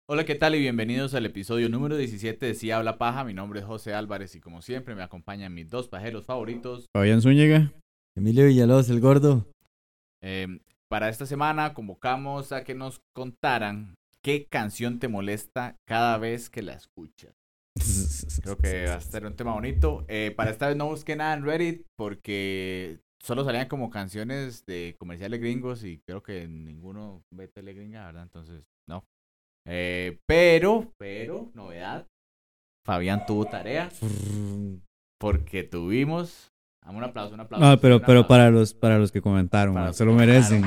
Hola, ¿qué tal? Y bienvenidos al episodio número 17 de Sí Habla Paja. Mi nombre es José Álvarez y como siempre me acompañan mis dos pajeros favoritos. Fabián Zúñiga. Emilio Villalobos, el gordo. Para esta semana convocamos a que nos contaran qué canción te molesta cada vez que la escuchas. Creo que va a ser un tema bonito. Para esta vez no busqué nada en Reddit porque solo salían como canciones de comerciales gringos y creo que ninguno ve tele gringa, ¿verdad? Entonces, no. Pero, novedad, Fabián tuvo tarea porque tuvimos... Dame un aplauso. No, Un pero aplauso. para los que comentaron, Para man, los se que lo merecen.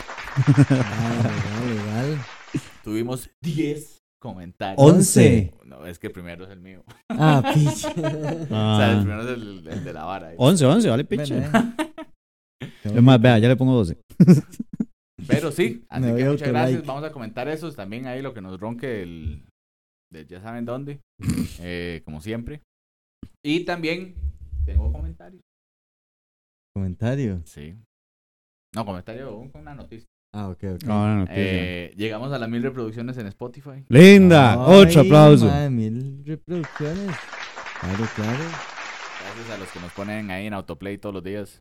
Legal. Tuvimos 10 comentarios. 11. No, es que el primero es el mío. Picha. O sea, el primero es el de la vara. 11, vale, pinche. Bueno, Es más, vea, ya le pongo 12. Pero sí, así Me que doy muchas gracias. autolike. Vamos a comentar esos. También ahí lo que nos ronque de ya saben dónde. Como siempre. Y también tengo comentarios. Comentario. Sí. No, comentario con una noticia. Ok. No, noticia. Llegamos a las 1000 reproducciones en Spotify. Linda, otro aplauso. Madre, 1000 reproducciones. Claro. Gracias a los que nos ponen ahí en autoplay todos los días.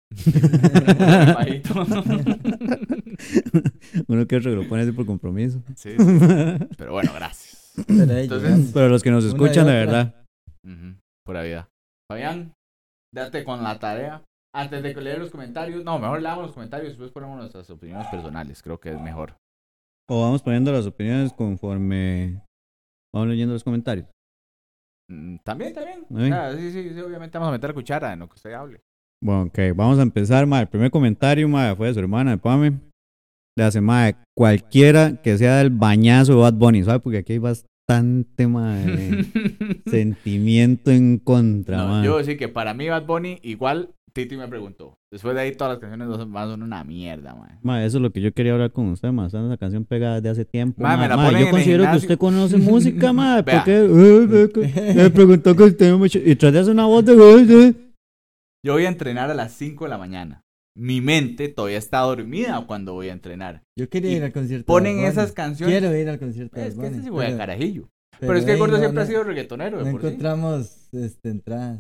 Uno que otro que lo pone así por compromiso. Sí. Pero bueno, gracias. Entonces, Pero los que nos Una escuchan y de otra. verdad. Pura vida. Fabián, date con la tarea. Antes de que leer los comentarios. No, mejor leamos los comentarios y después ponemos nuestras opiniones personales. Creo que es mejor. O vamos poniendo las opiniones conforme vamos leyendo los comentarios. También. ¿Sí? Sí, obviamente vamos a meter la cuchara en lo que usted hable. Bueno, ok, vamos a empezar, ma. El primer comentario, ma, fue de su hermana, de Pame. Le hace, ma, cualquiera que sea del bañazo de Bad Bunny, ¿sabes? Porque aquí hay bastante, ma, de sentimiento en contra, No, ma. yo decir que para mí Bad Bunny igual Titi me preguntó. Después de ahí todas las canciones son una mierda, man. Ma, eso es lo que yo quería hablar con usted, ma. Está en esa canción pegada desde hace tiempo, Ma, me la Ma, ponen yo en el considero que gimnasio. usted conoce música, ma. Vea. Porque me preguntó que usted mucho y tras de hacer una voz de... Yo voy a entrenar a las 5 de la mañana. Mi mente todavía está dormida cuando voy a entrenar. yo quería Y ir al concierto. Ponen de Bad Bunny. esas canciones. Quiero ir al concierto de Es Bad que Bunny, ese sí voy a carajillo. pero Pero es que el ahí gordo no, siempre no, ha sido reggaetonero. No De por sí. encontramos entradas.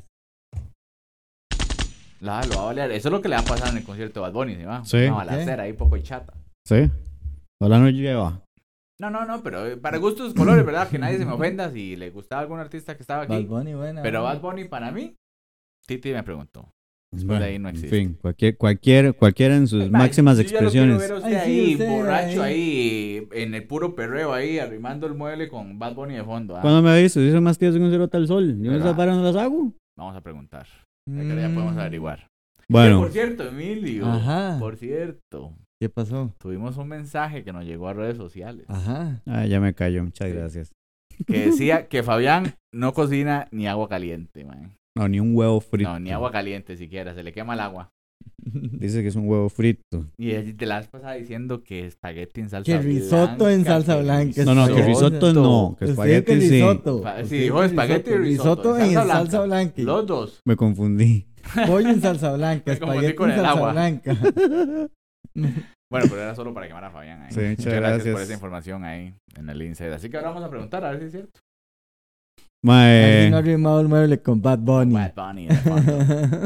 Lo va a valer. Eso es lo que le va a pasar en el concierto de Bad Bunny, ¿sí, va? Sí. Una balacera ahí poco chata. Sí. Hola, no lleva. No, pero para gustos colores, ¿verdad? Que nadie se me ofenda si le gustaba algún artista que estaba Bad aquí. Bunny, buena. Pero buena. Bad Bunny para mí, Titi me preguntó. Después de ahí no existe. En fin, cualquiera en sus máximas Yo ya lo quiero expresiones. ver a usted Ay, sí, ahí, usted borracho ahí. ahí, en el puro perreo ahí, arrimando el mueble con Bad Bunny de fondo. ¿ah? ¿Cuándo me dice? Dice más que yo soy un cero al sol. Yo ¿Verdad? esas varas no las hago. Vamos a preguntar. Ya podemos averiguar. Que, Bueno, por cierto, Emilio. Ajá. Por cierto, ¿Qué pasó? tuvimos un mensaje que nos llegó a redes sociales. Ajá. ya me cayó. Muchas Sí. gracias. Que decía que Fabián no cocina ni agua caliente, man. No, ni un huevo frito. No, ni agua caliente siquiera, se le quema el agua. Dice que es un huevo frito. Y te la has pasado diciendo que espagueti en salsa Que blanca. risotto en salsa blanca. No, que risotto no. Que Usted espagueti que sí. risotto. Sí, Usted dijo que espagueti y risotto en en salsa salsa blanca. Los dos. Me confundí. Pollo en salsa blanca. Me confundí Espagueti con en el salsa agua. blanca. Bueno, pero era solo para quemar a Fabián ahí. Sí, muchas gracias gracias. por esa información ahí en el inside. Así que ahora vamos a preguntar a ver si es cierto. Mae. Así no ha rimado el mueble con Bad Bunny. Bad Bunny de fondo.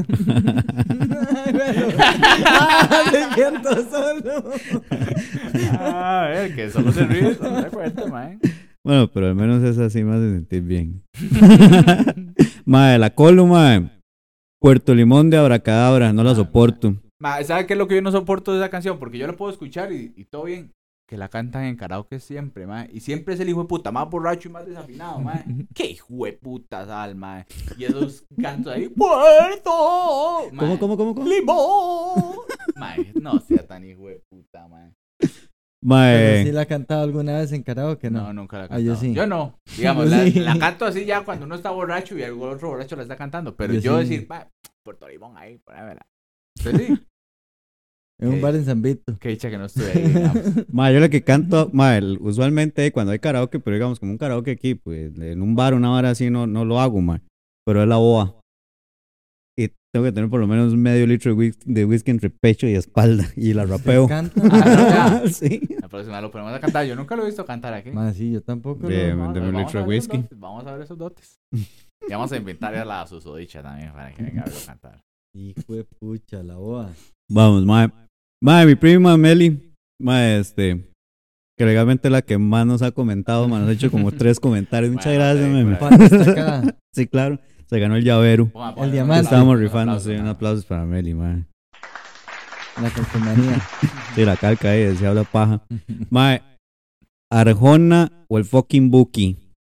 Me siento solo. A ver, que solo se ríe, solo se cuenta, man. Bueno, pero al menos es así me hace sentir bien. Mae, la Colo, mae. Puerto Limón de Abracadabra, no la soporto. Ma, ¿sabe qué es lo que yo no soporto de esa canción? Porque yo la puedo escuchar y todo bien. Que la cantan en karaoke siempre, ma. Y siempre es el hijo de puta más borracho y más desafinado, ma. ¡Qué hijo de puta sal, ma! Y esos cantos ahí, ¡Puerto! Ma, ¿Cómo? ¡Limón! Ma, no sea tan hijo de puta, ma. Pero Mae. sí la ha cantado alguna vez en karaoke, ¿no? No, nunca la he Ah, yo cantado. sí. Yo no. Digamos, Yo sí. la canto así ya cuando uno está borracho y el otro borracho la está cantando. Pero Yo yo sí. decir, va, Puerto Limón ahí, por ahí, ¿verdad? ¿Usted sí? En un bar en San Vito. Qué dicha que no estuve ahí, digamos. Mae, yo lo que canto, mae, usualmente cuando hay karaoke, pero digamos como un karaoke aquí, pues en un bar, una hora así, no lo hago, mae. Pero es la boa. Y tengo que tener por lo menos medio litro de whisky entre pecho y espalda. Y la rapeo. Canta. Ah, no, ya. Sí. La próxima lo ponemos a cantar. Yo nunca lo he visto cantar aquí. Mae, sí, yo tampoco. Bien, lo- deme un litro de a ver esos whisky. dotes, vamos a ver esos dotes. Y vamos a inventar a la susodicha también para que venga a verlo cantar. Hijo de pucha, la boa. Vamos, mae. Mae, mi prima Meli, mae, que legalmente es la que más nos ha comentado, mae, nos ha hecho como 3 comentarios. Muchas Bueno, gracias, sí, meme. Para destacar. Sí, claro, se ganó el llavero. Vamos a poner diamante. un Estábamos aplauso, rifando, un sí, un aplauso, aplauso para Meli, mae. La calcomanía. Sí, la calca ahí, decía habla paja. Mae, Arjona o el fucking Buki.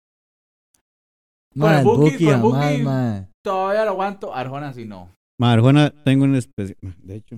Mae, el Con el Buki, Buki con el jamás, Buki. mae. Todavía lo aguanto. Arjona sí no. Mae, Arjona, tengo un especial. De hecho,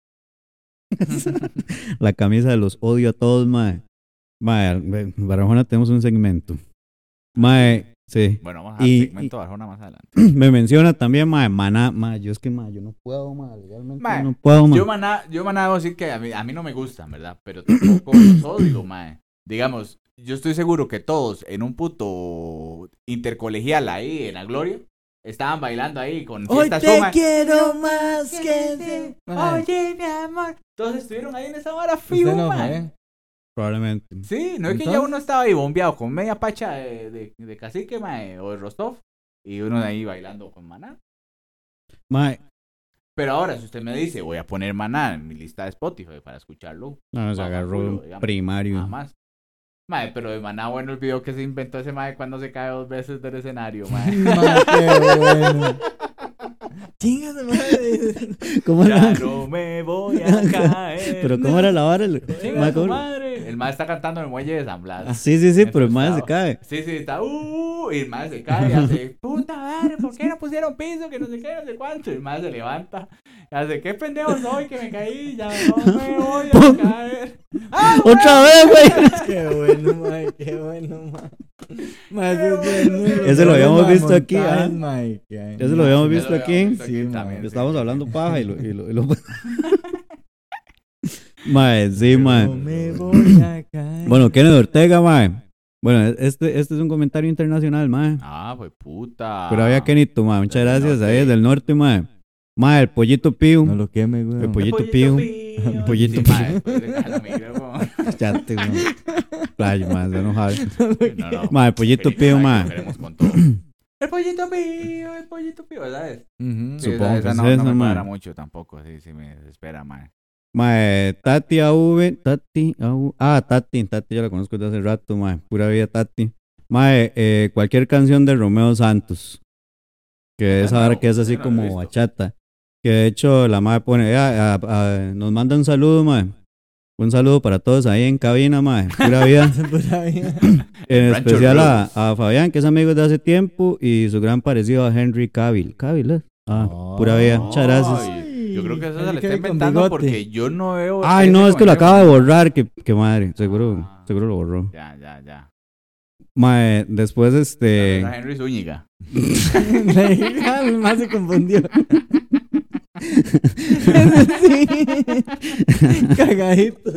la camisa de los odio a todos, mae. Mae, para Arjona tenemos un segmento. Mae, sí. Bueno, vamos a dar Y- segmento de Arjona más adelante. Me menciona también, mae, Maná. Mae, yo es que, mae, yo no puedo, mae, legalmente Mae, no puedo, mae. Yo maná debo decir que a mí no me gustan, ¿verdad? Pero tampoco los odio, mae. Digamos, yo estoy seguro que todos en un puto intercolegial ahí en la Gloria estaban bailando ahí con Hoy fiestas te Soma. quiero más que... Mae, Oye, mi amor. Todos estuvieron ahí en esa hora usted fijo, no mae. fue. Probablemente. Sí, no es que ya Entonces- uno estaba ahí bombeado con media pacha de cacique, mae, o de Rostov, y uno de ahí bailando con Maná. Mae, Pero ahora, si usted me dice, voy a poner Maná en mi lista de Spotify para escucharlo, no, se Baja agarró culo, un digamos. primario. nada más. Mae, pero de Maná, bueno, el video que se inventó ese mae cuando se cae 2 veces del escenario, mae. Mae, qué bueno. Chinga su madre. ¿Cómo Ya era? no me voy a caer. Pero ¿cómo era la vara? Chinga Mae, su ¿cómo- madre. El mae está cantando en el muelle de San Blas. Sí, sí, sí, pero el mae se Entonces, cae. Sí, sí, está, y el mae se cae y hace, puta madre, ¿por qué no pusieron piso? Que no sé qué, no sé cuánto. Y el mae se levanta y hace, qué pendejo soy que me caí, ya no me voy a caer. ¡Ah, ¡Otra vez, güey! Qué bueno, mae, qué bueno, mae. Mae, ese es bueno. Ese lo habíamos Mae, visto aquí, montajes, ¿ah? mae, que- Ese lo habíamos Ya visto lo aquí. habíamos visto Sí, también, mae. sí. Estábamos hablando paja y lo... Mae, sí, No mae. me voy a caer. Bueno, Kenneth Ortega, mae. Bueno, este es un comentario internacional, mae. Ah, pues puta. Pero había Kenito, mae. Muchas Del gracias norte. ahí del norte, mae. Mae, el pollito Piu. No lo queme, güey. El pollito Pío. El Pollito sí, Pío. mae, después de caer la micrófono. Chate, güey. Playo, mae, se enojado. No, no. Mae, el pollito Felipe, Pío, mae, mae. lo queremos con todo. El pollito pío, ¿sabes? Ujú. Sí, Supongo esa que no, es no esa, me mae. cuadra mucho tampoco, sí, me desespera, mae. Mae, Tati AV, Tati AV. Ah, Tati ya la conozco desde hace rato, mae. Pura vida Tati. Mae, cualquier canción de Romeo Santos. Que esa hora que es así yo no lo he como visto. bachata. Que de hecho la mae pone, nos manda un saludo, mae. Un saludo para todos ahí en cabina, mae. Pura vida. Pura vida. En Rancho especial Rudos. a Fabián, que es amigo de hace tiempo, y su gran parecido a Henry Cavill. Cavill, ¿eh? Pura vida. Muchas gracias. Ay, yo creo que eso se Henry le está Cavill con inventando bigote. porque yo no veo. Ay, ese no, es que lo conteo. acaba de borrar. Que madre. Seguro lo borró. Ya. Mae, después A Henry Zúñiga. El más se confundió. Cagadito.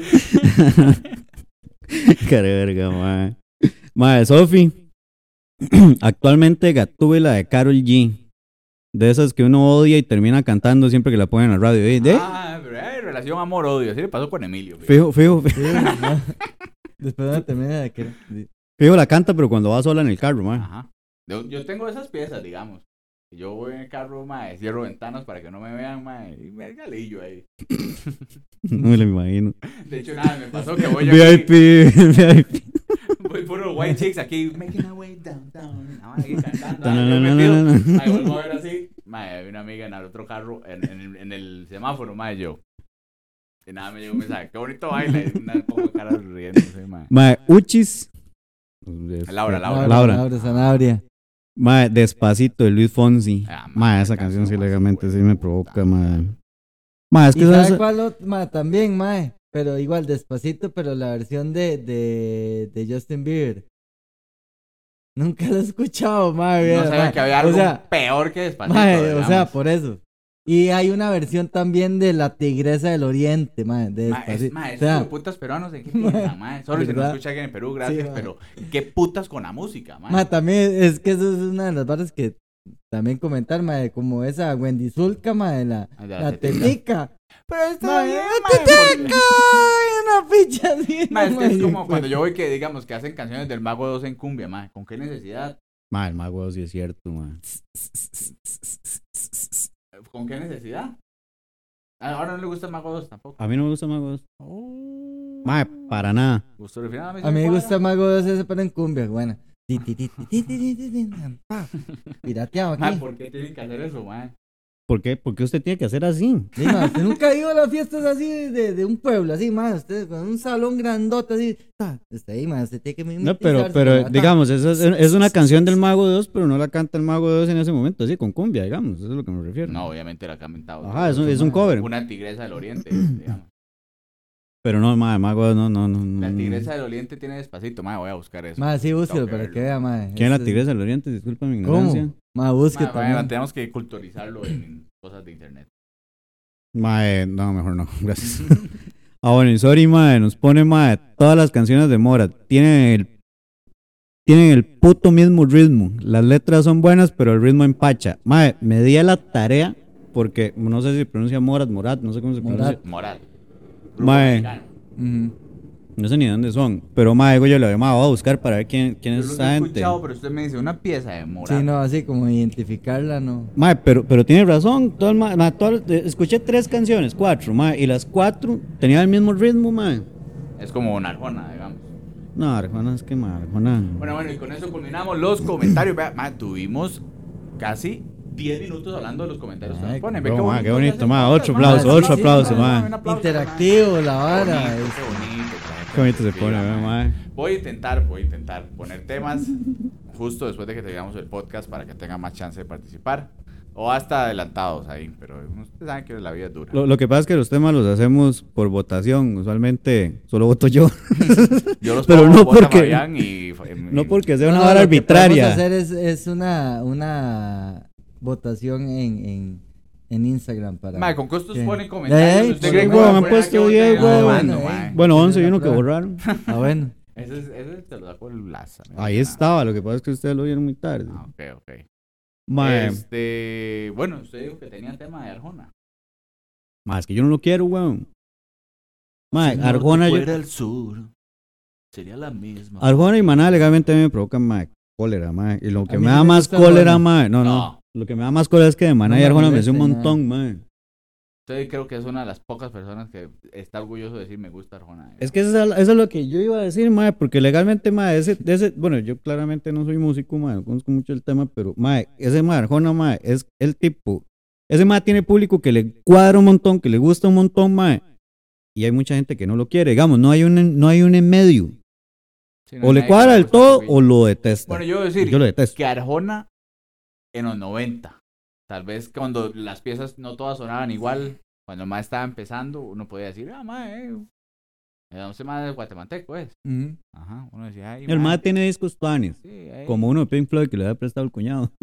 Qué verga, mae. Mae, Sofi. Actualmente Gatúbela de Karol G. De esas que uno odia y termina cantando siempre que la ponen en la radio. ¿De? Ah, pero hay relación amor-odio. Así le pasó con Emilio. Fijo, Sí, no. Después de terminar de que... fijo la canta, pero cuando va sola en el carro, mae. Ajá. Yo tengo esas piezas, digamos. Yo voy en el carro, mae, cierro ventanas para que no me vean, mae, y me galillo ahí. No me lo imagino. De hecho, nada, me pasó que voy aquí, VIP. voy puro white chicks aquí, making my way downtown, aquí cantando, No, yo no, metido, no, no. ahí vuelvo a ver así, mae, había una amiga en el otro carro, en el semáforo, mae, yo. Y nada, me llegó un mensaje, qué bonito baila, y una poco de cara riéndose, mae. Mae, Uchis. Laura. Laura Sanabria. Mae, Despacito de Luis Fonsi. Ah, Mae, esa canción sí legalmente sí me provoca, mae. Mae, es ¿Y que sabe esa... cuál otro? Ma, también, mae. Pero igual, Despacito, pero la versión de Justin Bieber. Nunca lo he escuchado, mae. No viera, sabía mae. que había algo O sea, peor que Despacito, mae, o digamos. sea, por eso. Y hay una versión también de La Tigresa del Oriente, mae, de Despacito. Mae, O esos sea, putas peruanos, ¿en qué piensan, mae? Sorry si no ¿verdad? escucha alguien en Perú, gracias, Sí, mae. pero qué putas con la música, mae. ma, también es que eso es una de las partes que también comentar, mae, como esa Wendy Zulka, mae, De la tetica. Pero está Mae, bien, ¡la mae, tetica! Una picha así. mae, es que es mae, como pues. cuando yo voy que, digamos, que hacen canciones del Mago 2 en cumbia, mae. ¿Con qué necesidad? Ma, el mago sí es cierto, ma. ¿Con qué necesidad? Ahora no le gusta el Mago 2 tampoco. A mí no me gusta Mago 2. Oh. Ma, para nada. Gusto original, A mí me gusta Mago 2 ese para en cumbia, buena. Pirateado Mae, aquí. ¿por qué tienen que hacer eso, mae? ¿Por qué? Porque usted tiene que hacer así. Sí, ma, usted nunca ha ido a las fiestas así de un pueblo, así, más usted con un salón grandote así. Está ahí, ma, usted tiene que No, pero digamos, es una canción del Mago 2, pero no la canta el Mago 2 en ese momento, así, con cumbia, digamos. Eso es lo que me refiero. No, obviamente la cantado. Ajá, es un cover. Una tigresa del oriente, digamos. Pero no, ma, el Mago 2 no. La tigresa del oriente tiene Despacito, mae, voy a buscar eso. Ma, sí, búsquelo Tengo para verlo. que vea, ma. ¿Quién es la tigresa del oriente? Disculpa mi ¿Cómo? ignorancia. Ma, busque Mae, también. bueno, tenemos que culturizarlo en cosas de internet. Ma, no, mejor no, gracias. Bueno, y sorry, ma, nos pone, ma, todas las canciones de Mora tienen el puto mismo ritmo. Las letras son buenas, pero el ritmo empacha. Ma, me di a la tarea, porque no sé si pronuncia Morat, no sé cómo se pronuncia. Moral. Mae. Ujú. No sé ni de dónde son, pero ma, digo yo, le voy a buscar para ver quién Yo es los esa he gente. escuchado, pero usted me dice una pieza de Moral. Sí, no, así como identificarla, no. Ma, pero tiene razón. Escuché 3 canciones, 4, ma, y las 4 tenían el mismo ritmo, ma. Es como una arjona, digamos. No, Arjona, es que ma, Arjona. Bueno, y con eso culminamos los comentarios. Vea, ma, tuvimos casi 10 minutos hablando de los comentarios que nos Ay, ponen. qué bonito, es bonito, ese ma, podcast, otro ma. aplauso, Sí, otro sí, aplauso, ma, ma. un aplauso, Interactivo, la ma. vara. Qué bonito, Qué bonito se pone, ma. Voy a intentar poner temas justo después de que tengamos el podcast para que tengan más chance de participar. O hasta adelantados ahí, pero ustedes saben que la vida es dura. Lo que pasa es que los temas los hacemos por votación. Usualmente solo voto yo. Yo los pero pongo, no vota porque- Fabián No porque sea No, una no, vara lo que podemos arbitraria. hacer es una votación en Instagram para. Mae, con costos ¿Qué? ponen comentarios. ¿Usted sí, cree que huevón, voy a han poner puesto aquí 10, ahorita? huevón. Mano, Bueno, mae. Bueno, Tiene 11 y la uno que prueba. borraron. Ah, bueno. Ese te lo da por el laza. Ahí estaba, lo que pasa es que ustedes lo vieron muy tarde. Ah, ok. Mae, Bueno, usted dijo que tenía tema de Arjona. mae, es que yo no lo quiero, weón. Mae, Arjona, el sur, sería la misma. Arjona y Maná legalmente a mí me provocan, mae, cólera, mae. Y lo que A me mí da sí me más gusta cólera, Arjona. mae. No. No. Lo que me da más cólera es que de Maná No y me Arjona me sé un moleste, montón, mae. Usted creo que es una de las pocas personas que está orgulloso de decir me gusta Arjona. Es que eso es lo que yo iba a decir, mae, porque legalmente, mae, bueno, yo claramente no soy músico, mae, no conozco mucho el tema, pero, mae, ese mae, Arjona, mae, es el tipo, ese mae tiene público que le cuadra un montón, que le gusta un montón, mae, y hay mucha gente que no lo quiere, digamos, no hay un en medio, Sí, no o hay le nadie cuadra que le del guste todo Arjona. o lo detesta. Bueno, yo voy a decir Yo lo detesto. que Arjona en los 90, tal vez cuando las piezas no todas sonaban igual, cuando el mae estaba empezando, uno podía decir, ese mae es guatemalteco, es. Ujú. Ajá, uno decía, ay, El mae tiene discos tuanes, sí, ay. como uno de Pink Floyd que le había prestado el cuñado.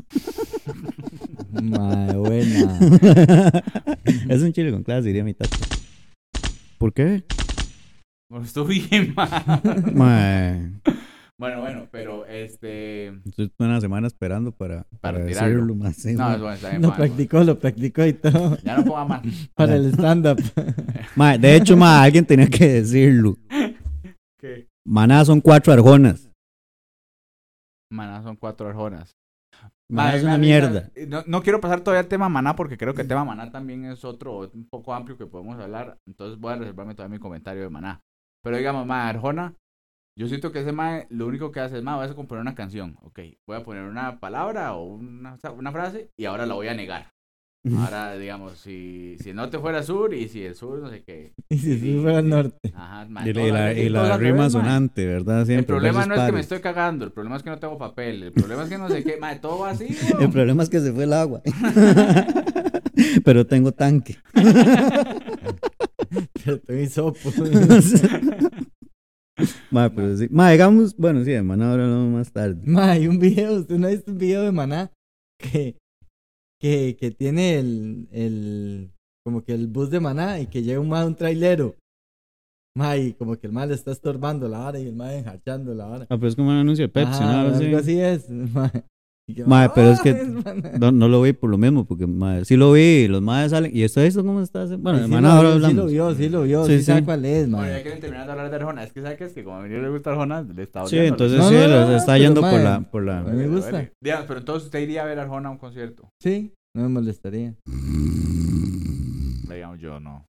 Mae, buena. Es un chile con clase, diría mi tata. ¿Por qué? Bueno, estuvo bien, mae. Mae, Bueno, pero estoy una semana esperando para tirarlo. decirlo más. Sí, No, mae. es bueno, está bien. Lo mae, practicó y todo. Ya no ponga más. Para el stand-up. Mae, de hecho, mae, alguien tenía que decirlo. ¿Qué? Maná son 4 arjonas. Maná son 4 arjonas. Maná es Mae, una me mierda. No quiero pasar todavía al tema Maná porque creo que el tema Maná también es otro, un poco amplio que podemos hablar. Entonces voy a reservarme todavía mi comentario de Maná. Pero digamos, mae, Arjona, yo siento que ese mae lo único que hace es, mae, voy a componer una canción. Ok, voy a poner una palabra o una frase y ahora la voy a negar. Ahora, digamos, si el norte fuera sur y si el sur no sé qué. Y si sí fuera al norte. Ajá, mae, Y todas las veces, todas la al rima revés, mae. sonante, ¿verdad? El Siempre. problema versus no es que me pares. estoy cagando, el problema es que no tengo papel, el problema es que no sé qué, mae, todo va así, El weón. problema es que se fue el agua. Pero tengo tanque. Pero tengo hisopo. Mae, pero sí. Mae, digamos, bueno, sí, de Maná ahora hablamos más tarde. Ma, hay un video, usted no ha visto un video de Maná que tiene como que el bus de Maná y que llega un trailero. Ma, y como que el mal le está estorbando la vara y el mal enjachando la vara. Ah, pero es como un anuncio de Pepsi, Ajá, ¿no? algo así es. Ma. Y que, Mae, pero es que Maná". no lo vi por lo mismo, porque mae, sí lo vi, los maes salen, y esto cómo está, bueno, Sí de Maná ahora hablamos. Sí lo vio, Sí, sí sabe sí. cuál es, Bueno, ya mae. quieren terminar de hablar de Arjona. Es que sabes que es que como a mí no le gusta Arjona, le está Sí, odiando. entonces No, sí, no, los no, está pero, yendo mae, por la... a mí me gusta. Digamos, pero entonces usted iría a ver a Arjona a un concierto. Sí, no me molestaría. Digamos, yo no.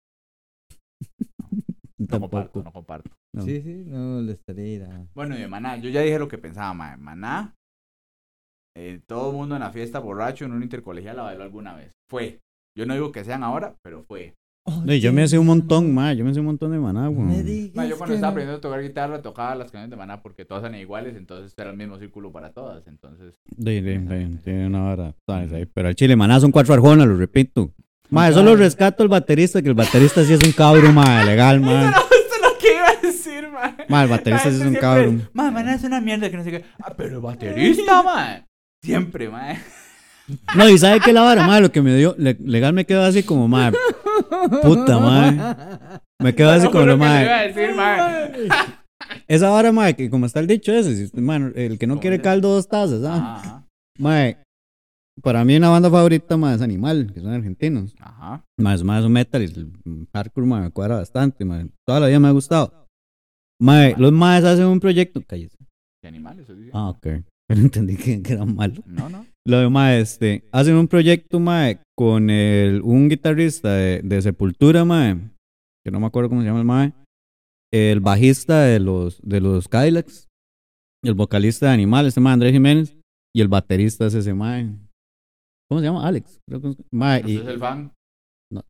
Tampoco. No comparto. No. Sí, no me molestaría ir a... Bueno, y de Maná, yo ya dije lo que pensaba, mae. Maná, todo el mundo en la fiesta borracho en un intercolegial la bailó alguna vez. Fue. Yo no digo que sean ahora, pero fue. No, y yo me hacía un montón, mae, yo me hacía un montón de Maná, No weón. me digas Mae, yo cuando que estaba no. aprendiendo a tocar guitarra, tocaba las canciones de Maná porque todas eran iguales, entonces era el mismo círculo para todas. Entonces, Tiene una hora, ¿sabes? Ahí. Pero al chile, Maná son 4 Arjona, lo repito. Mae, solo rescato al baterista, que el baterista sí es un cabrón, mae, legal, mae. Esto es lo que iba a decir, mae. Mae, el baterista sí es un cabrón. Mae, Maná es una mierda que no sé qué. Ah, pero el baterista, mae. Siempre, mae. No, y ¿sabe qué la vara, mae? Lo que me dio, legal me quedó así como, mae, puta, mae. Me quedó así como lo, que le iba a mae. decir, mae. Esa vara, mae, que como está el dicho ese, mae, el que no ¿Cómo quiere es? caldo, 2 tazas, ¿ah? Ajá. Mae, para mí una banda favorita, mae, es Animal, que son argentinos. Ajá. Mae, son metal y el hardcore, mae, me cuadra bastante, mae. Toda la vida me ha gustado. Mae, los maes hacen un proyecto, cállese. ¿Qué animales? Eso dice. Ah, ok. Pero entendí que era malo. No. Lo de mae, hacen un proyecto, mae, con un guitarrista de Sepultura, mae, que no me acuerdo cómo se llama el mae, el bajista de los Cadillacs, el vocalista de Animal, mae, Andrés Jiménez, y el baterista es ese mae. ¿Cómo se llama? Alex. Creo que mae, ¿Usted es el fan? no,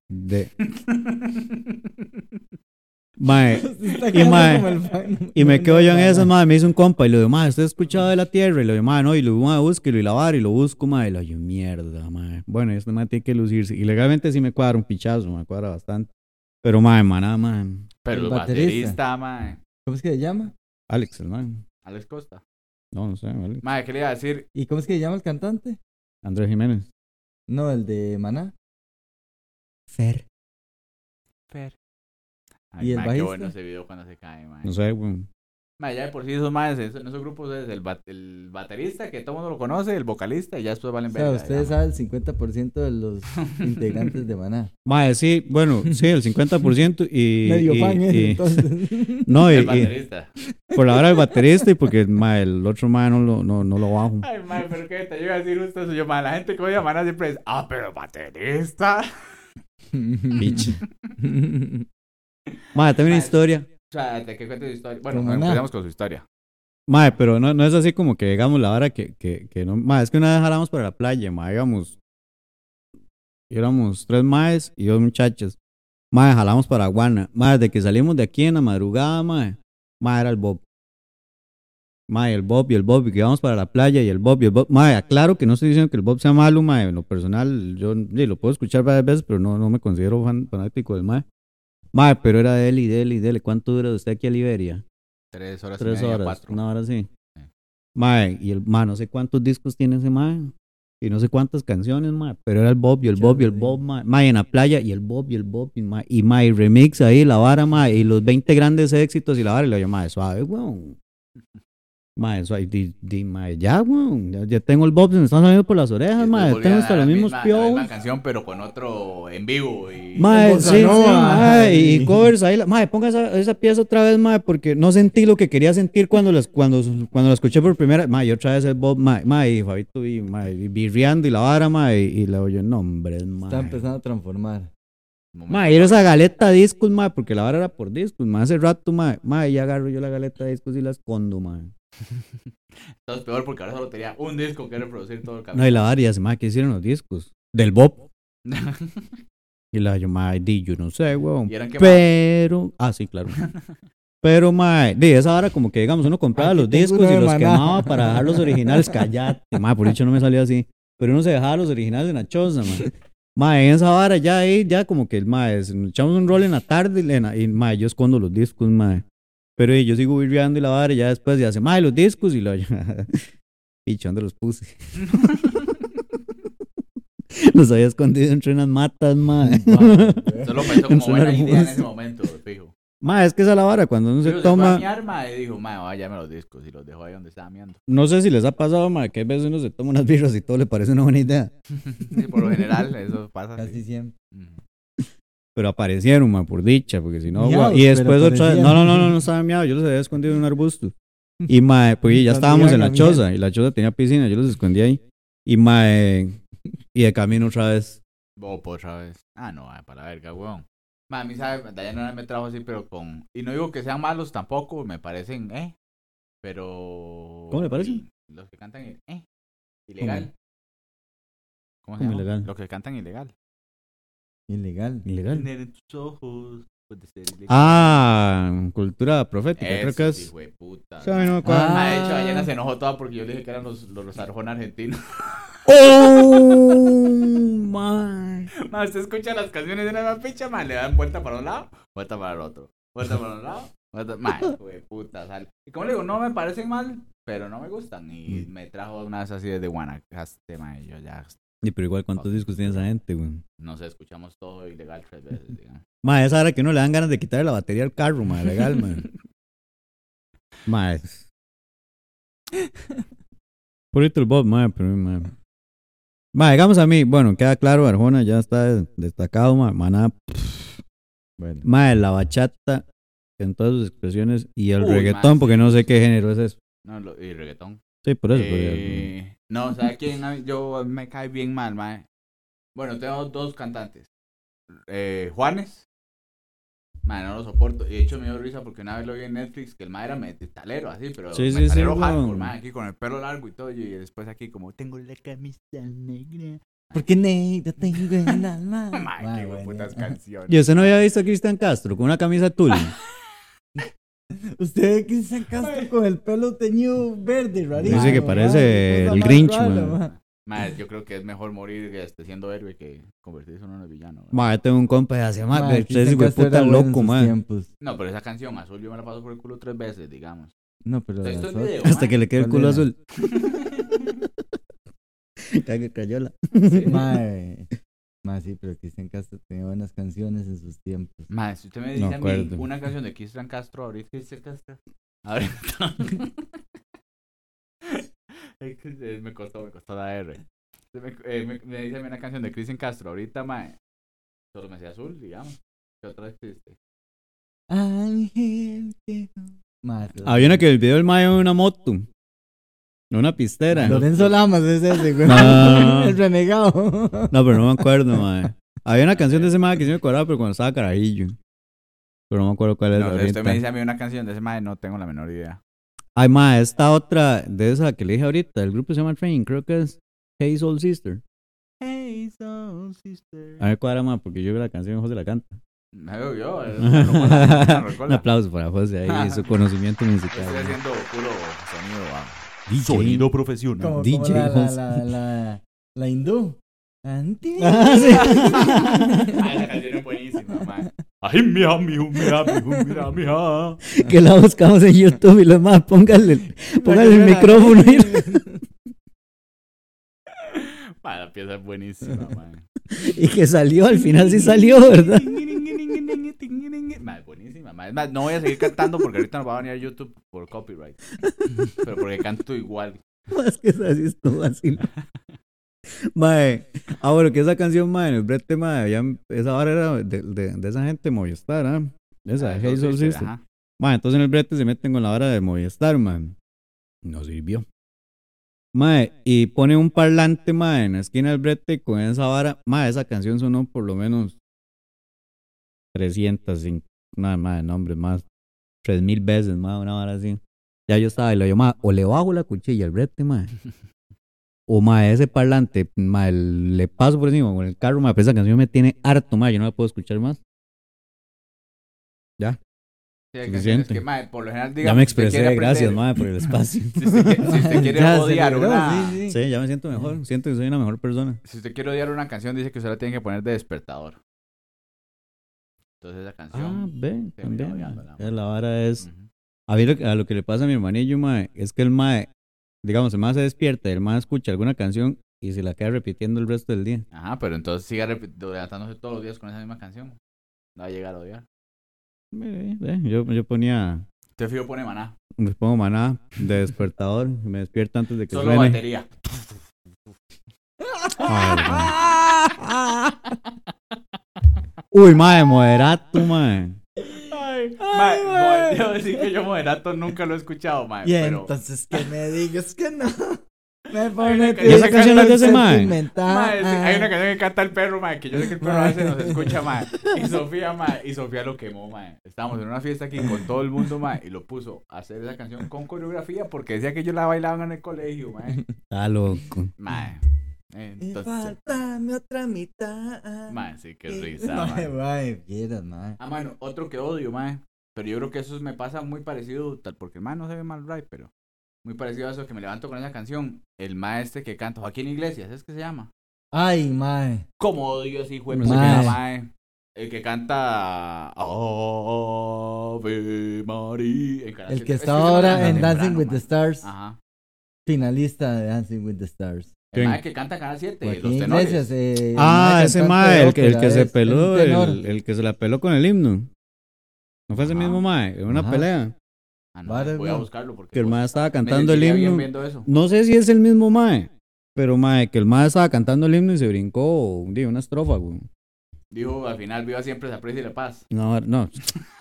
mae, y me quedo yo en eso, mae, me hizo un compa y lo digo, mae, ¿usted ha escuchado de la Tierra? Y lo digo, mae, no, y lo digo, mae, búsquelo y la vara, y lo busco, mae, y lo digo, mierda, mae. Bueno, este mae tiene que lucirse. Y legalmente sí me cuadra un pichazo, me cuadra bastante. Pero, mae, maná, mae. Pero El el baterista, mae. ¿Cómo es que se llama? Alex, el mae. Alex Costa. No sé, Alex. Mae, ¿qué le iba a decir? ¿Y cómo es que se llama el cantante? Andrés Jiménez. No, el de Maná. Fer. Ay, ¿Y el mae, qué bajista? bueno ese video cuando se cae, mae. No sé, weón. Mae, ya de por sí esos maes, en esos grupos es el baterista, que todo el mundo lo conoce, el vocalista, y ya después valen O sea, verga, ustedes digamos. saben el 50% de los integrantes de Maná. Mae, sí, bueno, sí, el 50% y... Medio fan, entonces. No, El y baterista. por la hora el baterista y porque mae, el otro mae no lo bajo. Ay, mae, pero qué te llega a decir usted eso. Yo, mae, la gente que odia a Maná siempre es, ah, pero baterista. Bitch. Mae, tengo una Mae. historia. O sea, ¿de qué cuenta su historia? Bueno, Con Maná. empecemos con su historia. Mae, pero no es así como que digamos la hora que no. Mae, es que una vez jalamos para la playa, mae, éramos 3 maes y 2 muchachas. Mae, jalamos para Guana. Mae, desde que salimos de aquí en la madrugada, mae, era el Bob. Mae, el Bob, y que íbamos para la playa y el Bob. Mae, aclaro que no estoy diciendo que el Bob sea malo, mae, en lo personal, yo lo puedo escuchar varias veces, pero no me considero fanático del mae. Mae, pero era dele. ¿Cuánto dura usted aquí a Liberia? 3 horas 3 y media, horas, 4. una hora sí. Sí. Mae, y el mae, no sé cuántos discos tiene ese mae. Y no sé cuántas canciones, mae. Pero era el Bob, mae. Mae, en la playa, y el Bob, y mae. Y mae, remix ahí, la vara, mae. Y los 20 grandes éxitos y la vara. Y lo digo, mae, suave, weón. Mae, suave, mae, ya, weón. Ya tengo el Bob, se me están saliendo por las orejas, mae. Tengo hasta los mismos la piojos. misma canción, pero con otro en vivo. Y... Mae, Bossa sí, Nova. mae, y covers ahí. Mae, ponga esa pieza otra vez, mae, porque no sentí lo que quería sentir cuando la escuché por primera vez. Mae, y otra vez el Bob, mae, y Fabito, y mae, y birriando y la vara, mae, y le oye, no, hombre, Está mae. empezando a transformar. Mae, era esa galeta discos, mae, porque la vara era por discos, mae, hace rato, mae, ya agarro yo la galeta de discos y la escondo, mae. Entonces peor porque ahora solo tenía un disco que reproducir todo el camino. No, y la vara, y hace, mae, ¿qué hicieron los discos? Del Bob. Y la yo, mae, yo no sé, weón. Y eran quemados. Pero, sí, claro. Pero, mae, de esa hora como que, digamos, uno compraba Aquí los tengo discos uno y de los Maná. quemaba para dejar los originales. Cállate, mae, por dicho no me salió así. Pero uno se dejaba los originales en la choza, mae. Mae, en esa vara ya ahí, ya como que, mae, nos echamos un rol en la tarde y mae, yo escondo los discos, mae. Pero yo sigo virreando y la vara y ya después ya hace, mae, los discos y lo... Picho, ¿dónde los puse? Los había escondido entre unas matas, mae. Solo pensó como Son buena idea en hermosos. ese momento, fijo. Ma, es que esa es la vara, cuando uno se Digo, toma... mi arma y dijo, ma, váyame los discos y los dejó ahí donde estaba miando. No sé si les ha pasado, ma, que a veces uno se toma unas birras y todo le parece una buena idea. Sí, por lo general, eso pasa. Casi Sí. siempre. Pero aparecieron, ma, por dicha, porque si no... Miados, Y después pero otra vez... aparecieron. No estaba miado, yo los había escondido en un arbusto. Y, ma, pues ya Cuando estábamos iban en a la miar. choza, y la choza tenía piscina, yo los escondí ahí. Y, ma, y de camino otra vez. Bopo otra vez. Ah, no, para la verga, weón. Ma, a mí, ¿sabe? Dayana me trajo así, pero con... Y no digo que sean malos tampoco, me parecen, pero... ¿Cómo le parecen? Los que cantan, ilegal. ¿Cómo se ¿Cómo llama? ilegal? Los que cantan ilegal. Ilegal. Ilegal. Tener en tus ojos, puede ser ilegal. Ah, cultura profética, creo que Esos, es. hijo de puta. Sí, a mí no me cuadra. Ma, de hecho, Dayana se enojó toda porque yo le dije que eran los Arjona argentinos. ¡Oh, my! Ma, usted escucha las canciones de una picha, ma, le dan vuelta para un lado, vuelta para el otro. Vuelta para un lado, vuelta... Ma, hijo de puta, sal. Y como le digo, no me parecen mal, pero no me gustan. Y me trajo unas así de Guanacaste, ma, y yo ya... Sí, pero igual, ¿cuántos discos tiene esa gente, güey? No sé, escuchamos todo ilegal 3 veces, digamos. Ma, esa hora que uno le dan ganas de quitarle la batería al carro, ma, legal, ma. Ma, es... Purito el Bob, ma, pero, ma. Ma, digamos a mí, bueno, queda claro, Arjona ya está destacado, ma, Maná, Bueno. ma, la bachata en todas sus expresiones y el Uy, reggaetón, ma, porque sí. no sé qué género es eso. No, y reggaetón. Sí, por eso. porque- No, ¿sabe quién? Yo me cae bien mal, mae. Bueno, tengo 2 cantantes. Juanes. Mae, no lo soporto. Y de hecho me dio risa porque una vez lo vi en Netflix que el mae era metalero así, pero Sí, sí, metalero sí, hardcore, weón. mae, aquí con el pelo largo y todo. Y después aquí como, tengo la camisa negra. Porque negra tengo el alma. Mae, Mae, qué bueno. putas canciones. ¿Y usted no había visto a Cristian Castro con una camisa tul? Usted ve que San Castro con el pelo teñido verde, rarísimo. Dice que parece mae, qué cosa el más Grinch, rara, mae. mae. Mae, yo creo que es mejor morir siendo héroe que convertirse en un villano. mae. Ma, tengo un compa de hace más, Mae, usted Cristian es hijo de Castro puta era bueno en loco, sus ma. tiempos. No, pero esa canción azul yo me la paso por el culo 3 veces, digamos. No, pero ¿Has visto las el video? otras- Hasta que le quede el ¿Cuál culo era? azul. Cague cayola. Mae, sí, pero Cristian Castro tenía buenas canciones en sus tiempos. Mae, si usted me No dice a mí acuerdo. una canción de Cristian Castro, ahorita Cristian Castro. Ahorita. Es que me costó la R. Me dice a mí una canción de Cristian Castro, ahorita, mae. Solo me hacía azul, digamos. ¿Qué otra existe? Ángel, mae, Había una que el video del mayo en una moto. En una pistera. Lorenzo Lamas es ese, güey. No. El renegado. No, pero no me acuerdo, ma. Había una canción de ese ma que sí me acordaba, pero cuando estaba carajillo. Pero no me acuerdo cuál es No, si ahorita. usted me dice a mí una canción de ese mae, no tengo la menor idea. Ay, ma, esta otra de esa que le dije ahorita, el grupo se llama Train, creo que es Hey Soul Sister. Hey, soul sister. A ver cuál era, ma, porque yo la canción José la canta. Me veo yo. Un aplauso para José ahí, su conocimiento musical. Estoy haciendo puro sonido. DJ. profesional. Como DJ la José. hindú. Anti. Ah, sí. Esa canción es buenísima, mae. Ay, mija. Que la buscamos en YouTube y lo más, póngale el micrófono y... Mae, la pieza es buenísima, mae. y que salió, al final sí salió, ¿verdad? Mae, buenísima, mae. Es más, no voy a seguir cantando porque ahorita nos va a venir a YouTube por copyright. Pero porque canto igual. Más que así estuvo así. Mae, bueno, que esa canción, mae, en el brete, mae, esa hora era de esa gente de Movistar, ¿ah? Esa, Hey Soul Sister. Ajá. Mae, entonces en el brete se meten con la hora de Movistar, mae. No sirvió. Mae, y pone un parlante, mae, en la esquina del brete y con esa vara, mae, esa canción sonó por lo menos 300, nada más, nombres más, 3000 veces, mae, una vara así. Ya yo estaba y lo llamaba, o le bajo la cuchilla al brete, mae. O mae, ese parlante, mae, le paso por encima con el carro, mae, pero esa canción me tiene harto, mae, yo no la puedo escuchar más. Ya, Sí, hay suficiente. canciones que, mae, por lo general, ya digamos, me si usted expresé, quiere gracias, aprender- mae, por el espacio. Si usted quiere Ya se odiar logró, una... sí. Sí, ya me siento mejor, siento que soy una mejor persona. Si usted quiere odiar una canción, dice que usted la tiene que poner de despertador. Entonces esa canción... Ah, ve, termina también. odiándola, mae. La vara es... Ujú. A lo que le pasa a mi hermanillo, mae, es que el mae, digamos, el mae se despierta, el mae escucha alguna canción y se la queda repitiendo el resto del día. Ajá, pero entonces siga levantándose todos los días con esa misma canción. No va a llegar a odiar. Yo ponía, Te fijo pone Maná. les pongo Maná de despertador, me despierta antes de que Solo suene. batería. Uy, mae, moderato, mae. Mae, debo decir que yo moderato nunca lo he escuchado, mae. Y Pero, entonces que me digas que no. Me Hay pone una ¿Y esa canción es de ese mae? mae, sí, hay una canción que canta el perro, mae, que yo sé que el perro a veces nos escucha, mae. Y Sofía lo quemó, mae. Estábamos en una fiesta aquí con todo el mundo, mae, y lo puso a hacer esa canción con coreografía porque decía que ellos la bailaban en el colegio, mae. Está loco. Mae. Y Entonces, falta mi otra mitad. mae, sí, qué risa, Mae, mae. mae, vieras, mae. Ah, mano, otro que odio, mae. Pero yo creo que eso me pasa muy parecido, tal porque el mae no se ve mal right, pero muy parecido a eso que me levanto con esa canción. El mae este que canta, Joaquín Iglesias, ¿es que se llama? Ay, mae. ¿Cómo odio ese hijo de No sé puta, quién es. mae? El que canta Ave María. El que está ahora en Dancing with the Stars. Ajá. Finalista de Dancing with the Stars. El ¿Quién? mae que canta Canal 7, Joaquín los tenores. Iglesias, ese Ese mae, el que ópera, se es peló, un tenor. el que se la peló con el himno. ¿No fue ese Ajá. mismo mae? En una Ajá. pelea. Ah, no, Vale, voy a no. buscarlo porque Que el pues, mae estaba me cantando el sentiría bien himno. viendo eso. No sé si es el mismo mae. Pero mae, que el mae estaba cantando el himno y se brincó una estrofa, güey. Dijo, al final, viva siempre esa presa y la paz. No, no.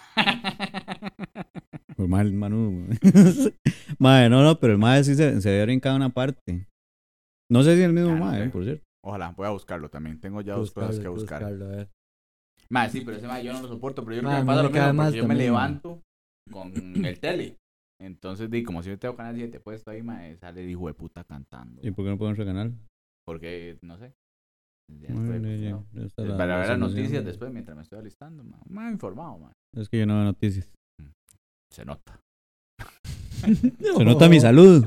Por mal, Manu. Mae, no, pero el mae sí se había brincado una parte. No sé si es el mismo Ah, no mae, sé. por cierto. Ojalá, voy a buscarlo también. Tengo ya dos cosas que buscar. Buscarlo, a ver. Mae, sí, pero ese mae yo no lo soporto. Pero yo creo Mae, que me a mí pasa me lo cae mismo. más Porque yo me también, mae. levanto con el tele. Entonces, di, como si yo tengo Canal 7 puesto ahí, mae, sale el hijo de puta cantando. ¿Y por qué no podemos canal? Porque, no sé. Ya Bueno, estoy ya, acostumbrado. ya está Para ver las solución. noticias después mientras me estoy alistando, mae. Más informado, mae. Es que yo no veo noticias. Se nota. Se nota mi salud.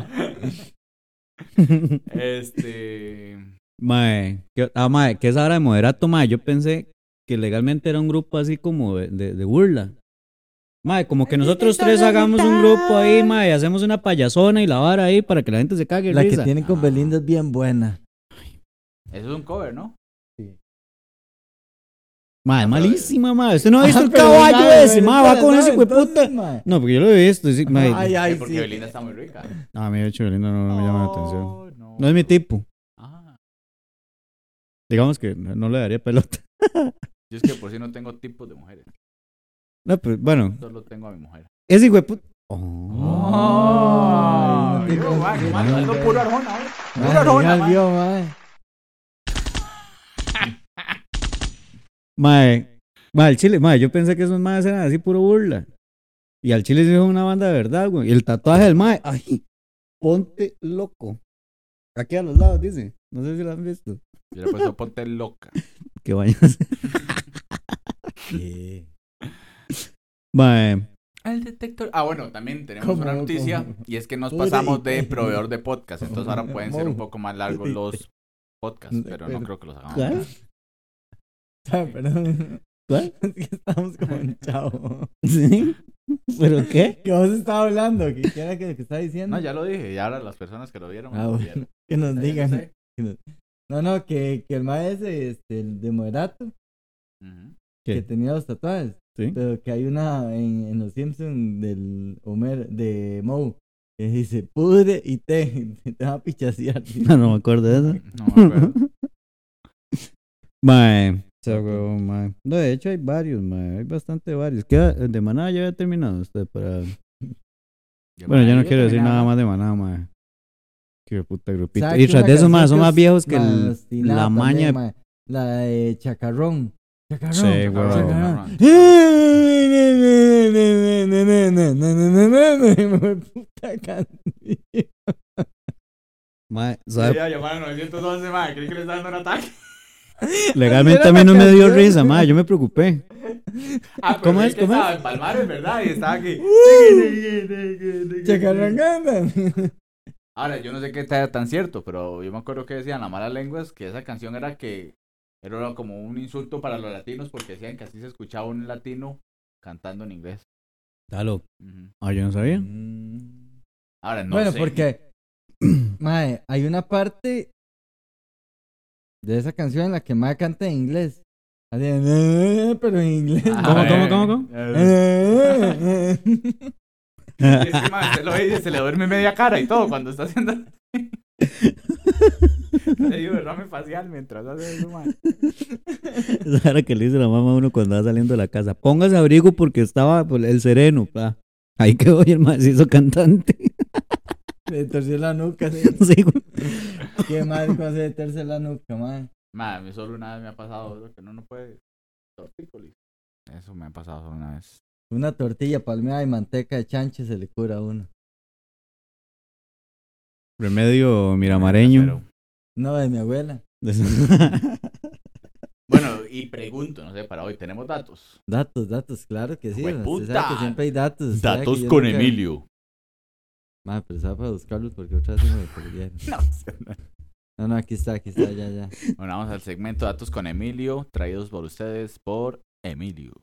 Mae, mae, ¿qué es ahora de moderato, mae? Yo pensé que legalmente era un grupo así como de burla. Mae, como que nosotros tres hagamos un grupo ahí, mae, y hacemos una payasona y la vara ahí para que la gente se cague de La que risa. tienen con Belinda es bien buena. Eso es un cover, ¿no? Mae, Ah, malísima, mae. Usted no ha visto Ah, el pero caballo mae, ese, mae, Belinda va con la ese sabe, hijueputa. entonces, mae. No, porque yo lo he visto, sí, mae. Ay, ay, porque sí. Belinda está muy rica. No, a mí de hecho Belinda no me llama la atención. Oh, no. No es mi tipo. Ah, Digamos que no le daría pelota. yo es que por si no tengo tipos de mujeres. No, pues, bueno, Solo tengo a mi mujer. ese hijueputa. Ay, Oh. no te Digo, mae, creas. mae, ando puro arjona, ¿eh? Puro Mae, arjona, legal mae. vio, mae. Mae, el chile, mae, yo pensé que esos maes eran así puro burla. Y al chile sí es una banda de verdad, güey. Y el tatuaje del mae, ay, ponte loco. Aquí a los lados dice, no sé si lo han visto. Yo le he puesto ponte loca. Que vayas. Mae, El detector. Ah, bueno, también tenemos ¿Cómo? una noticia. ¿Cómo? Y es que nos Pure pasamos y- de proveedor de podcast. Entonces ahora pueden ser un poco más largos Pure y- los podcasts. Pero no creo que los hagamos. ¿cuál? Perdón. ¿Cuál? Es que estamos como en chavo. ¿Sí? ¿Pero qué? ¿Qué vos estaba hablando? ¿Qué era que estaba diciendo? No, ya lo dije. Y ahora las personas que lo vieron. Ah, lo bueno. vieron. Que nos Ya digan. sé. No, que el maestro el de moderato, Ujú. ¿Qué? que tenía los tatuajes. ¿Sí? Pero que hay una en Los Simpsons del Homer, de Moe, que dice pudre y te va a pichasear. No me acuerdo de eso. No me acuerdo. Mae, ese huevón, mae. No, de hecho hay varios, mae. Hay bastante varios. El de Maná ya había terminado usted para... Bueno, yo no quiero decir nada más de Maná, mae. Qué puta grupito. ¿Sabe Y que tras una de esos, mae, canción son más es viejos que obstinada la maña. también, mae? La de Chacarrón. Chacarrón. Sí, huevón. Chacarrón. Puta canción. Mae, Voy ¿sabe? a llamar a 911, mae. Creí que le estaba dando un ataque. Legalmente Era a mí no la me dio canción. risa, mae. Yo me preocupé. Ah, pero ¿Cómo creí es? que ¿Cómo estaba es? en Palmares, ¿verdad? Y estaba aquí. Chacarrón anda. Ahora, yo no sé qué está tan cierto, pero yo me acuerdo que decían las malas lenguas que esa canción era como un insulto para los latinos porque decían que así se escuchaba un latino cantando en inglés. Dalo. Ujú. Ah, yo no sabía. Ahora, no Bueno, sé. porque mae, hay una parte de esa canción en la que Mae canta en inglés. Así, pero en inglés. ¿Cómo? Es que, mae, usted lo ve y se le duerme media cara y todo cuando está haciendo. Le digo derrame facial mientras hace eso, mae. Esa era que le dice la mamá a uno cuando va saliendo de la casa. Póngase abrigo porque estaba pues, el sereno. Pa. Ahí quedó y el mae se hizo cantante. Le torció la nuca, sí. Sí, güey. Qué madre con hacer torcer la nuca, madre. Mae, a mí solo una vez me ha pasado eso, que no puede. Tortícolis. Eso me ha pasado solo una vez. Una tortilla palmeada y manteca de chancho se le cura a uno. Remedio miramareño. Pero, No, de mi abuela. bueno, y pregunto, no sé, para hoy, ¿tenemos datos? Datos, claro que sí. ¡Jueputa! Usted sabe que siempre hay datos. Usted sabe Datos que yo con nunca- Emilio. Madre, pero sabe para buscarlos porque otra vez se me perdieron. No, aquí está, ya. Bueno, vamos al segmento Datos con Emilio, traídos por ustedes por Emilio.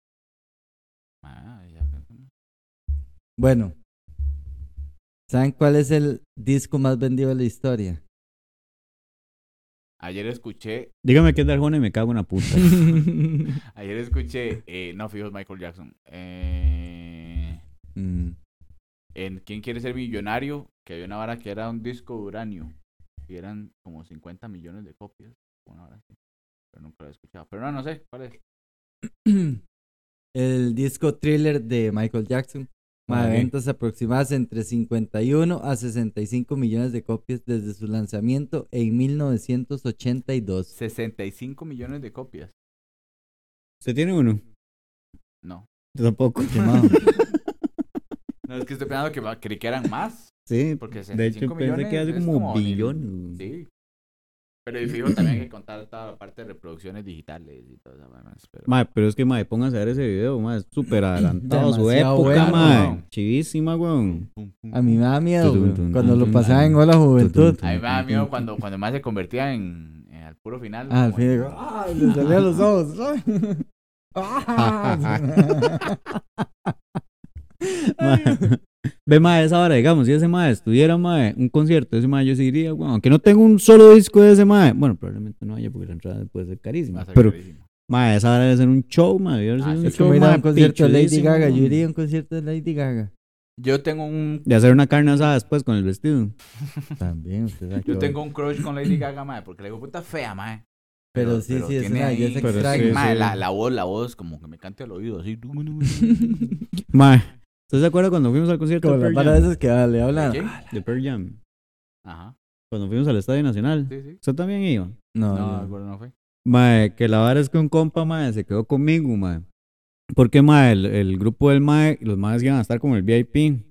Ah, ya. Bueno, ¿saben cuál es el disco más vendido de la historia? Ayer escuché, Dígame que es de Arjona y me cago en la puta. no, fijo, es Michael Jackson. Mm, En ¿Quién quiere ser millonario? Que había una vara que era un disco de uranio. Y eran como 50 millones de copias. Una vara así. Pero nunca lo he escuchado. Pero no sé, ¿cuál es? El disco Thriller de Michael Jackson. Madre, Ok. ventas aproximadas entre 51 a 65 millones de copias desde su lanzamiento en 1982. 65 millones de copias. ¿Usted tiene uno? No. Yo tampoco. Quemado. No, es que estoy pensando que creí que eran más. Sí, Porque de hecho 65 pensé que millones era es como ni- billón. Sí. Pero y fijo también hay que contar toda la parte de reproducciones digitales y todo eso. Pero... Mae, pero es que, mae, pónganse a ver ese video, mae, es súper adelantado a su Demasiado época, bueno, mae. weón. Chivísima, weón. A mí me da miedo, Tum, güey, tum, cuando tum, lo tum, pasaba en tum, Hola Juventud. tum, A mí me da miedo cuando más se convertía en al puro final. Ah, al como fin en- digo, ¡ay! Le salían los ojos. Mae, ve, mae, esa hora, digamos, si ese mae estuviera, mae, un concierto de ese mae, yo sí iría, weón. Aunque no tengo un solo disco de ese mae. Bueno, probablemente no haya porque la entrada puede ser Va carísima. a ser Pero, carísimo. mae, esa hora debe ser un show, mae. Debe haber Ah, sido sí, un es Es show, como ir a mae, un concierto de Lady pichudísimo, Gaga. Yo weón. iría a un concierto de Lady Gaga. Yo tengo un De hacer una carne asada después con el vestido. También, usted sabe que yo tengo un crush con Lady Gaga, mae, porque le digo puta fea, mae. Pero sí, es tiene una ahí- belleza Pero extraña. sí, Mae, sí. la voz como que me cante al oído así. Mae, ¿usted se acuerda cuando fuimos al concierto Como de las Pearl varas Jam? esas que le hablan. ¿De qué? De Pearl Jam. Ajá. Cuando fuimos al Estadio Nacional. Sí, sí. ¿Usted también iba? No, No, no. bueno, no fue. Mae, que la vara es que un compa, mae, se quedó conmigo, mae. Porque, mae, el grupo del mae, los maes iban a estar como el VIP.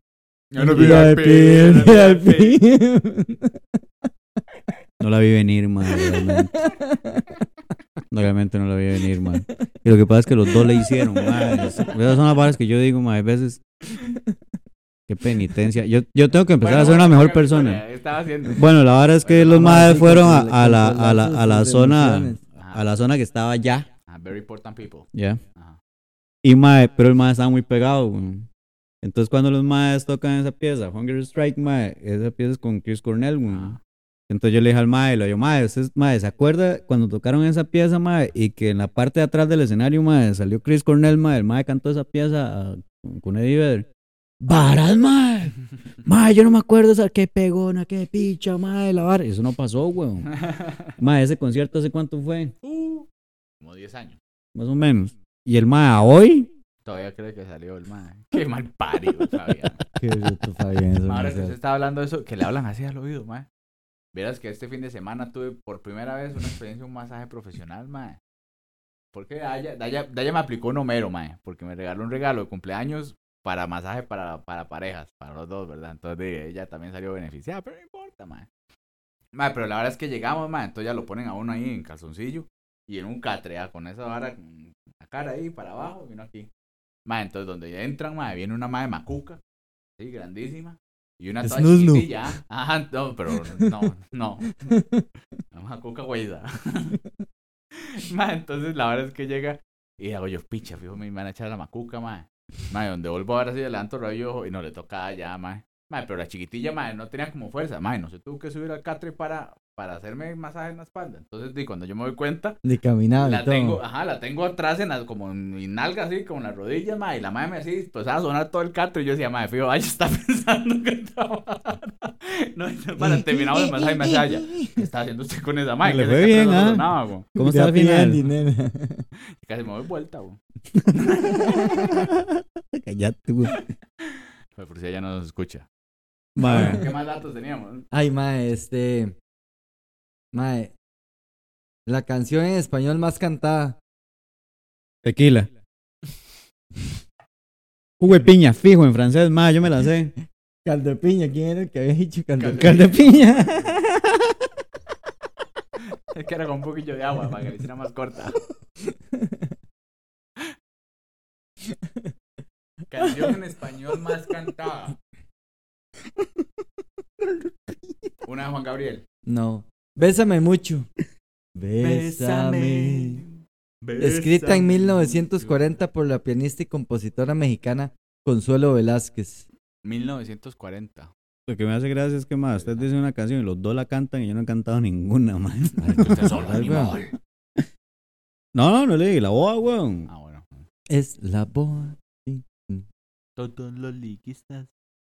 No la vi venir, mae, realmente. Obviamente no la vi venir, mae. Y lo que pasa es que los dos le hicieron, mae. Esas son las varas que yo digo, mae, a veces. Qué penitencia. Yo tengo que empezar a ser una mejor persona. Estaba haciendo. Bueno, la verdad es que Bueno, los Vamos maes así, fueron controlar a la sus zona, emociones. a la zona que estaba allá, Very important people. ya. Ajá. Y mae, pero el mae estaba muy pegado, weón. Entonces cuando los maes tocan esa pieza, Hunger Strike, mae, esa pieza es con Chris Cornell, weón. Ajá. Entonces yo le dije al mae, le digo, mae, ¿se acuerda cuando tocaron esa pieza, mae? Y que en la parte de atrás del escenario, mae, salió Chris Cornell, mae, el mae cantó esa pieza con Eddie Vedder. ¡Varas, mae! Mae, yo no me acuerdo esa qué pegona, qué picha, mae, la vara. Eso no pasó, weón. Mae, ese concierto, ¿hace cuánto fue? Como 10 años. Más o menos. Y el mae, ¿a hoy? Todavía cree que salió el mae. Qué mal parido, Fabián. Qué bruto, Fabián. Eso Ahora no que sé. usted estaba hablando de eso, que le hablan así al oído, mae. Verás que este fin de semana tuve por primera vez una experiencia, un masaje profesional, mae. Porque Daya me aplicó un Homero, mae. Porque me regaló un regalo de cumpleaños para masaje para parejas, para los dos, ¿verdad? Entonces ella también salió beneficiada, pero no importa, mae. Mae, pero la verdad es que llegamos, mae. Entonces ya lo ponen a uno ahí en calzoncillo y en un catre, con esa vara, con la cara ahí para abajo, vino aquí. Mae, entonces donde entran, mae, viene una mae macuca, sí, grandísima. Y una toda Snusnu. chiquitilla. Ajá, no, pero no. Una macuca güeyda. Mae, entonces la verdad es que llega y hago yo, picha, fijo, me van a echar a la macuca, mae. Mae, donde vuelvo ahora sí levanto el rayo y no le toca ya, mae. Mae, pero la chiquitilla, mae, no tenía como fuerza. Mae, no se tuvo que subir al catre para para hacerme masaje en la espalda. Entonces, cuando yo me doy cuenta, De caminar y la todo. tengo, la tengo atrás como en mi nalga, así, como en las rodillas, ma, y la madre me así, empezaba a sonar todo el catre, y yo decía, madre, fijo, vaya, está pensando que estaba... No, para, terminamos el masaje y me decía, ya, ¿qué está haciendo usted con esa madre? Le Que fue ese catre bien, no ¿ah? sonaba, güey. ¿Cómo está al Ya pide final? el dinero. Casi me doy vuelta, güey. Cállate, güey. Pues por si ella no nos escucha. Mae, ¿Qué más datos teníamos? Ay, mae, mae, la canción en español más cantada. tequila. Jugo de piña, fijo en francés, mae, yo me la sé. Caldo de piña, ¿quién era el que había dicho caldo de piña? Cal de piña. Es que era con un poquillo de agua para que le hiciera más corta. Canción en español más cantada. Una de Juan Gabriel. No. Bésame mucho. Bésame. Escrita en 1940 por la pianista y compositora mexicana Consuelo Velázquez. 1940. Lo que me hace gracia es que, mae, usted dice una canción y los dos la cantan y yo no he cantado ninguna, mae. Usted solo animal. No le di la boa, weón. Ah, bueno. Es la boa. Todos los liquistas.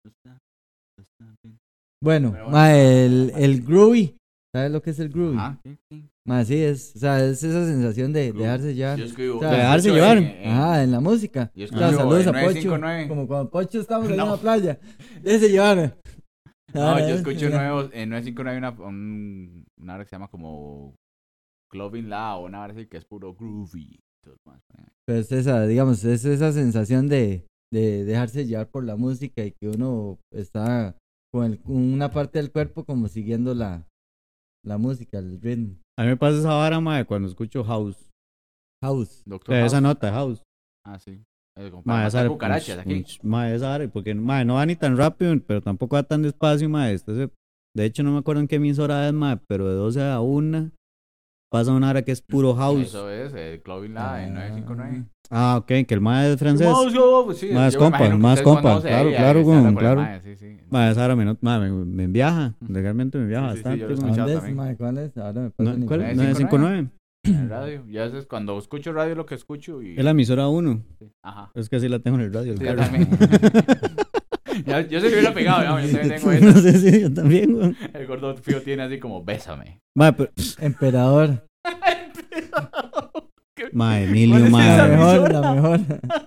Bueno, Pero bueno, mae, el groovy. ¿Sabes lo que es el groovy? Ajá, sí. Mae, sí, es esa sensación de Groovy. dejarse llevar. Yo escribo. O sea, dejarse yo llevar. Ajá, en la música. Yo O sea, escribo saludos a en Pocho. 959. Como cuando Pocho estamos ahí No. en la playa. Déjese llevar. No, yo escucho nuevos. En 959 hay una hora que se llama como Clubbing La o una hora así que es puro groovy. Pues esa, digamos, es esa sensación de dejarse llevar por la música y que uno está con una parte del cuerpo como siguiendo la música, el ritmo. A mí me pasa esa vara, mae, cuando escucho house. House. O Doctor sea, House. esa nota, house. Ah, sí. Como Mae, para esa matar vara, cucarachas aquí. mae, esa vara, porque, mae, no va ni tan rápido, pero tampoco va tan despacio, mae. De hecho, no me acuerdo en qué emisora es, mae, pero de 12 a 1 pasa una hora que es puro house. Eso es, el Clubbing La en 959. Ah, ok, que el mae es francés. Pues sí, Más yo me compa, imagino que más ustedes compa, conocen claro, ella, claro, que se habla weón, con el claro. mae, sí, sí. Mae, esa hora me enviaja, legalmente me enviaja Sí, sí, sí, yo lo bastante, he mae. escuchado. ¿Cuál es, también. mae? ¿Cuál es? Ahora me pasa No, ni ¿cuál? cuenta. 959. En el radio. Y a veces cuando escucho radio lo que escucho y... Es la emisora 1. Ajá. Es que así la tengo en el radio. el Sí, yo carro. también. Yo se lo hubiera pegado, digamos, yo también tengo No eso. sé si yo también, weón. El gordo fío tiene así como, bésame. Mae, pero, Emperador. mae, Emilio, ¿Cuál es mae. esa La mejor, emisora? la mejor.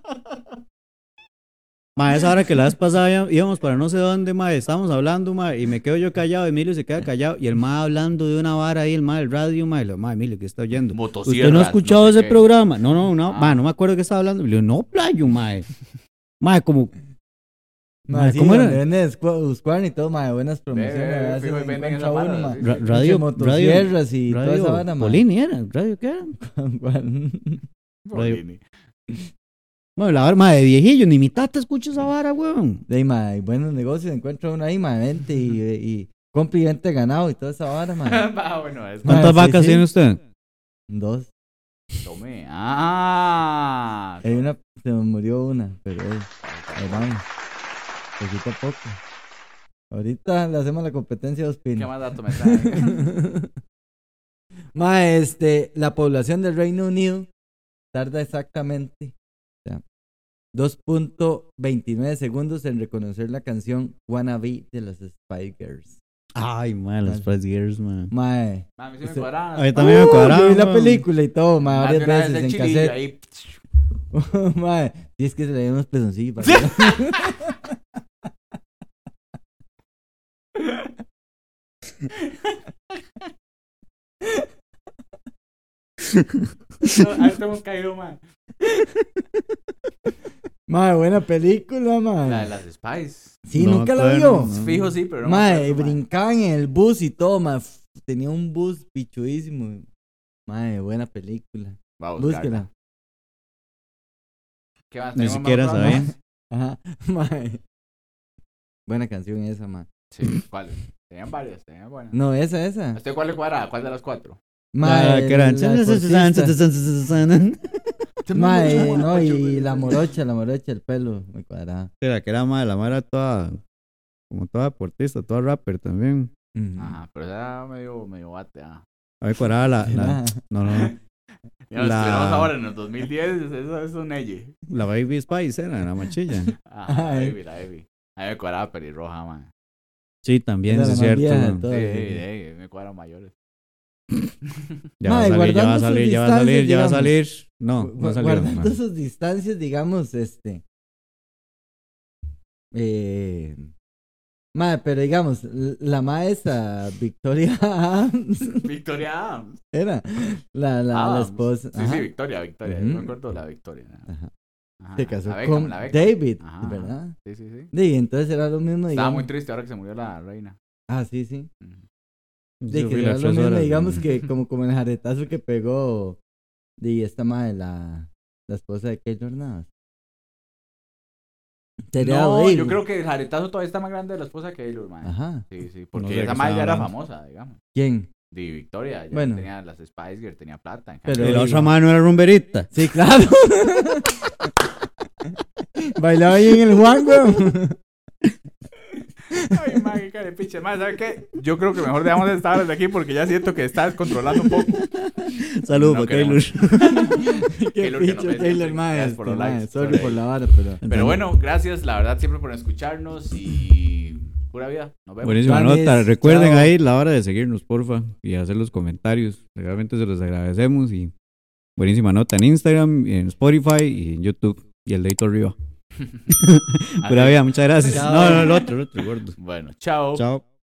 Mae, esa hora que la vez pasada íbamos para no sé dónde, mae, estábamos hablando, mae, y me quedo yo callado, Emilio se queda callado, y el mae hablando de una vara ahí, el mae del radio, mae, le digo, mae, Emilio, ¿qué está oyendo? ¿Usted no ha escuchado no sé ese qué. programa? No, Ah. mae, no me acuerdo de qué estaba hablando. Le digo, no, playo, mae. Mae, como, Mae, sí, ¿cómo era? donde venden Husqvarna y todo, mae, buenas promociones. Ve, a veces fijo, encuentra venden esa uno, vara, mae. sí, Ra- sí. radio, Motosierras y toda esa vara, mae. Polini era, radio, ¿qué era? Bolini. Bueno, la vara, mae, de viejillo, ni mi tata escucha esa vara, weón. De ahí, mae, buenos negocios, encuentra uno ahí, mae, vente y compra y vente ganado y toda esa vara, mae. Ah, bueno, es... Ma- ¿Cuántas sí, vacas sí. tiene usted? 2. Tomé. Ah. Hay una, se me murió una, pero ahí vamos. Poquito a poco. Ahorita le hacemos la competencia de dos ¿Qué pinos. más dato me trae? Ma, la población del Reino Unido tarda exactamente, o sea, 2.29 segundos en reconocer la canción Wanna Be de las Spice Girls. Ay, mae, los Spice Girls, mae. Mae, A mí sí me Usted- cuadraban. A mí también me cuadraba, yo vi la weón. película y todo, ma, Más de varias una vez veces el en chilillo cassette. ahí. Mae, y es que se le dieron unos pezoncillos. para Ahí estamos caídos, man. Mae, buena película, mae. La de las Spice. Sí, No, nunca la todavía vio. no. Fijo, sí, pero no. me Mae, acuerdo, brincaban en el bus y todo, mae. Tenía un bus pichudísimo. Mae, buena película. Va a buscarla. Búsquela. ¿Qué más? Ni ¿Tenemos siquiera más programas? sabía. Ajá, mae. Buena canción esa, mae. Sí, ¿cuál? Tenían varias, tenían buenas. No, esa. ¿Usted cuál le cuadra? ¿Cuál de las cuatro? Ah, que eran- la exorcista. Mae, no, y pues. la morocha, el pelo, me cuadraba. Era que era, mae, la mae era toda, como toda deportista, toda rapper también. Ajá, pero era medio bate. A ver, cuadrada la... No. Digamos, tenemos ahora en el 2010, eso es un elle. La Baby Spice era la machilla. Ajá, la Baby. A mí me cuadraba pelirroja, man. Sí, también, Era sí, la es más cierto. vieja de Man. todas. Sí, me cuadran mayores. Ya va a salir, ya va a salir, ya va a salir, ya va a salir. No, no salió. Guardando No. sus distancias, digamos, Madre, pero digamos, la maestra Victoria Adams Victoria Adams. era la Adams. esposa. Sí, Ajá. sí, Victoria. Yo me acuerdo de la Victoria. Ajá. Ajá, Se casó la Beckham, con la Beckham. David, Ajá, ¿verdad? Sí. Sí, entonces era lo mismo, Estaba digamos. muy triste ahora que se murió la reina. Ah, sí, sí. Ujú. De Yo que fui era las lo 3 mismo, horas, digamos, man. que como el jaretazo que pegó de esta madre, la esposa de Keylor Navas. Sería No, David. yo creo que el jaretazo todavía está más grande de la esposa que Taylor, man. Ajá. Sí, No porque sé de esa qué madre ya era estaban famosa, digamos. ¿Quién? De Victoria, ya Bueno. tenía las Spice Girls, tenía plata. En Pero- cambio, Y la digo- otra mano era rumberita. Sí, claro. Bailaba ahí en el Juan, weón. Ay, man, qué carepiche. Man, ¿sabes qué? Yo creo que mejor dejamos de estar desde aquí porque ya siento que estás controlando un poco. Saludos, No Taylor. Qué Taylor, que no picho me Taylor, sienten. mae. Gracias por los likes. Sorry por la vara, pero... Pero bueno, gracias, la verdad, siempre por escucharnos y pura vida. Nos vemos. Buenísima Juanes, nota. Recuerden chao. ahí la hora de seguirnos, porfa, y hacer los comentarios. Realmente se los agradecemos. Y buenísima nota en Instagram, en Spotify y en YouTube. Y el dedito arriba. Pura vida, muchas gracias. Chao. No, el otro, gordo. Bueno, chao. Chao.